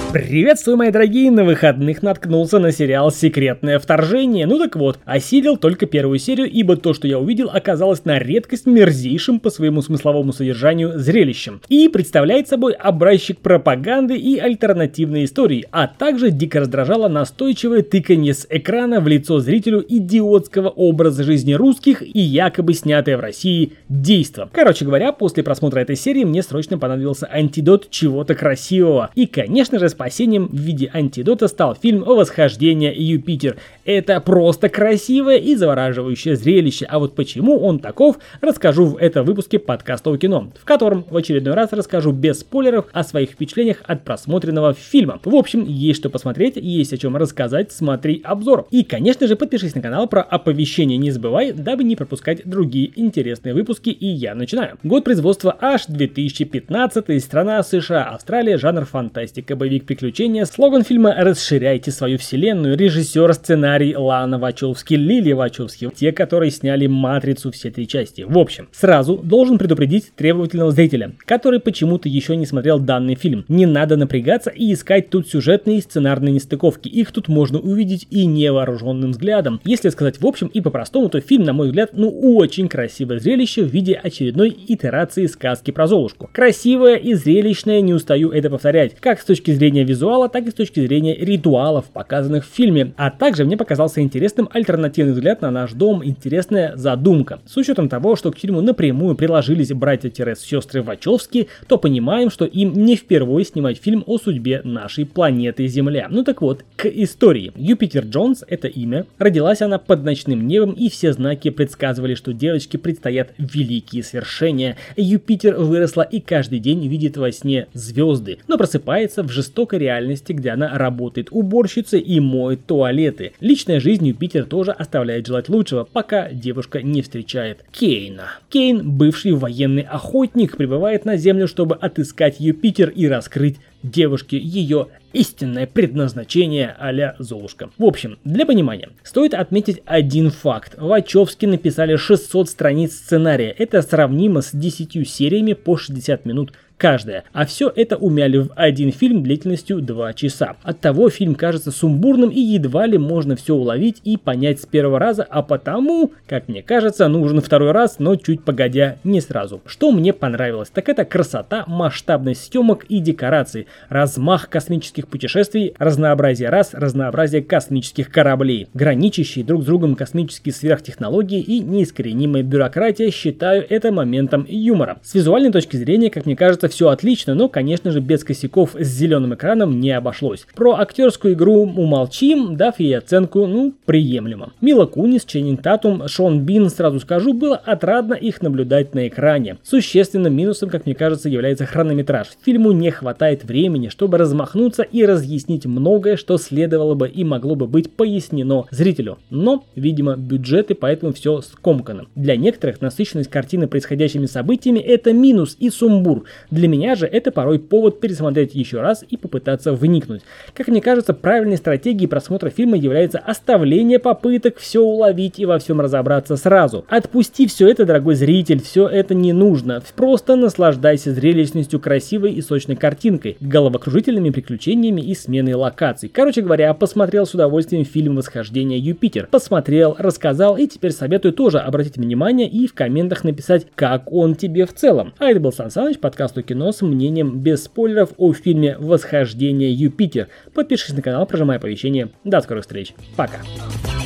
Приветствую, мои дорогие! На выходных наткнулся на сериал «Секретное вторжение». Ну так вот, осилил только первую серию, ибо то, что я увидел, оказалось на редкость мерзейшим по своему смысловому содержанию зрелищем. И представляет собой образчик пропаганды и альтернативной истории, а также дико раздражало настойчивое тыканье с экрана в лицо зрителю идиотского образа жизни русских и якобы снятое в России действо. Короче говоря, после просмотра этой серии мне срочно понадобился антидот чего-то красивого. И, конечно же, спасением в виде антидота стал фильм «Восхождение Юпитер». Это просто красивое и завораживающее зрелище, а вот почему он таков, расскажу в этом выпуске подкаста о кино, в котором в очередной раз расскажу без спойлеров о своих впечатлениях от просмотренного фильма. В общем, есть что посмотреть, есть о чем рассказать, смотри обзор. И, конечно же, подпишись на канал, про оповещения не забывай, дабы не пропускать другие интересные выпуски, и я начинаю. Год производства аж 2015, страна США, Австралия, жанр фантастика, боевик, приключения. Слоган фильма «Расширяйте свою вселенную». Режиссер, сценарий Лана Вачовски, Лили Вачовски. Те, которые сняли «Матрицу» все 3 части. В общем, сразу должен предупредить требовательного зрителя, который почему-то еще не смотрел данный фильм. Не надо напрягаться и искать тут сюжетные и сценарные нестыковки. Их тут можно увидеть и невооруженным взглядом. Если сказать в общем и по-простому, то фильм, на мой взгляд, очень красивое зрелище в виде очередной итерации сказки про Золушку. Красивое и зрелищное, не устаю это повторять, как с точки зрения визуала, так и с точки зрения ритуалов, показанных в фильме. А также мне показался интересным альтернативный взгляд на наш дом, интересная задумка. С учетом того, что к фильму напрямую приложились братья-сестры Вачовски, то понимаем, что им не впервые снимать фильм о судьбе нашей планеты Земля. Ну так вот, к истории. Юпитер Джонс — это имя. Родилась она под ночным небом, и все знаки предсказывали, что девочке предстоят великие свершения. Юпитер выросла и каждый день видит во сне звезды, но просыпается в жестокой реальности, где она работает уборщицей и моет туалеты. Личная жизнь Юпитер тоже оставляет желать лучшего, пока девушка не встречает Кейна. Кейн, бывший военный охотник, прибывает на Землю, чтобы отыскать Юпитер и раскрыть девушке ее истинное предназначение а-ля Золушка. В общем, для понимания, стоит отметить один факт. Вачовски написали 600 страниц сценария. Это сравнимо с 10 сериями по 60 минут каждая. А все это умяли в один фильм длительностью 2 часа. Оттого фильм кажется сумбурным и едва ли можно все уловить и понять с первого раза, а потому, как мне кажется, нужен второй раз, но чуть погодя, не сразу. Что мне понравилось, так это красота, масштабность съемок и декораций, размах космических путешествий, разнообразие рас, разнообразие космических кораблей, граничащие друг с другом космические сверхтехнологии и неискоренимая бюрократия, считаю это моментом юмора. С визуальной точки зрения, как мне кажется, все отлично, но, конечно же, без косяков с зеленым экраном не обошлось. Про актерскую игру умолчим, дав ей оценку, приемлемо. Мила Кунис, Ченнинг Татум, Шон Бин, сразу скажу, было отрадно их наблюдать на экране. Существенным минусом, как мне кажется, является хронометраж. Фильму не хватает времени, чтобы размахнуться и разъяснить многое, что следовало бы и могло бы быть пояснено зрителю. Но, видимо, бюджеты, поэтому все скомкано. Для некоторых насыщенность картины происходящими событиями — это минус и сумбур. Для меня же это порой повод пересмотреть еще раз и попытаться вникнуть. Как мне кажется, правильной стратегией просмотра фильма является оставление попыток все уловить и во всем разобраться сразу. Отпусти все это, дорогой зритель, все это не нужно. Просто наслаждайся зрелищностью красивой и сочной картинкой, головокружительными приключениями и сменой локаций. Короче говоря, посмотрел с удовольствием фильм «Восхождение Юпитер». Посмотрел, рассказал и теперь советую тоже обратить внимание и в комментах написать, как он тебе в целом. А это был Сан Саныч, подкаст о кино с мнением без спойлеров о фильме «Восхождение Юпитер». Подпишись на канал, прожимай оповещения. До скорых встреч. Пока.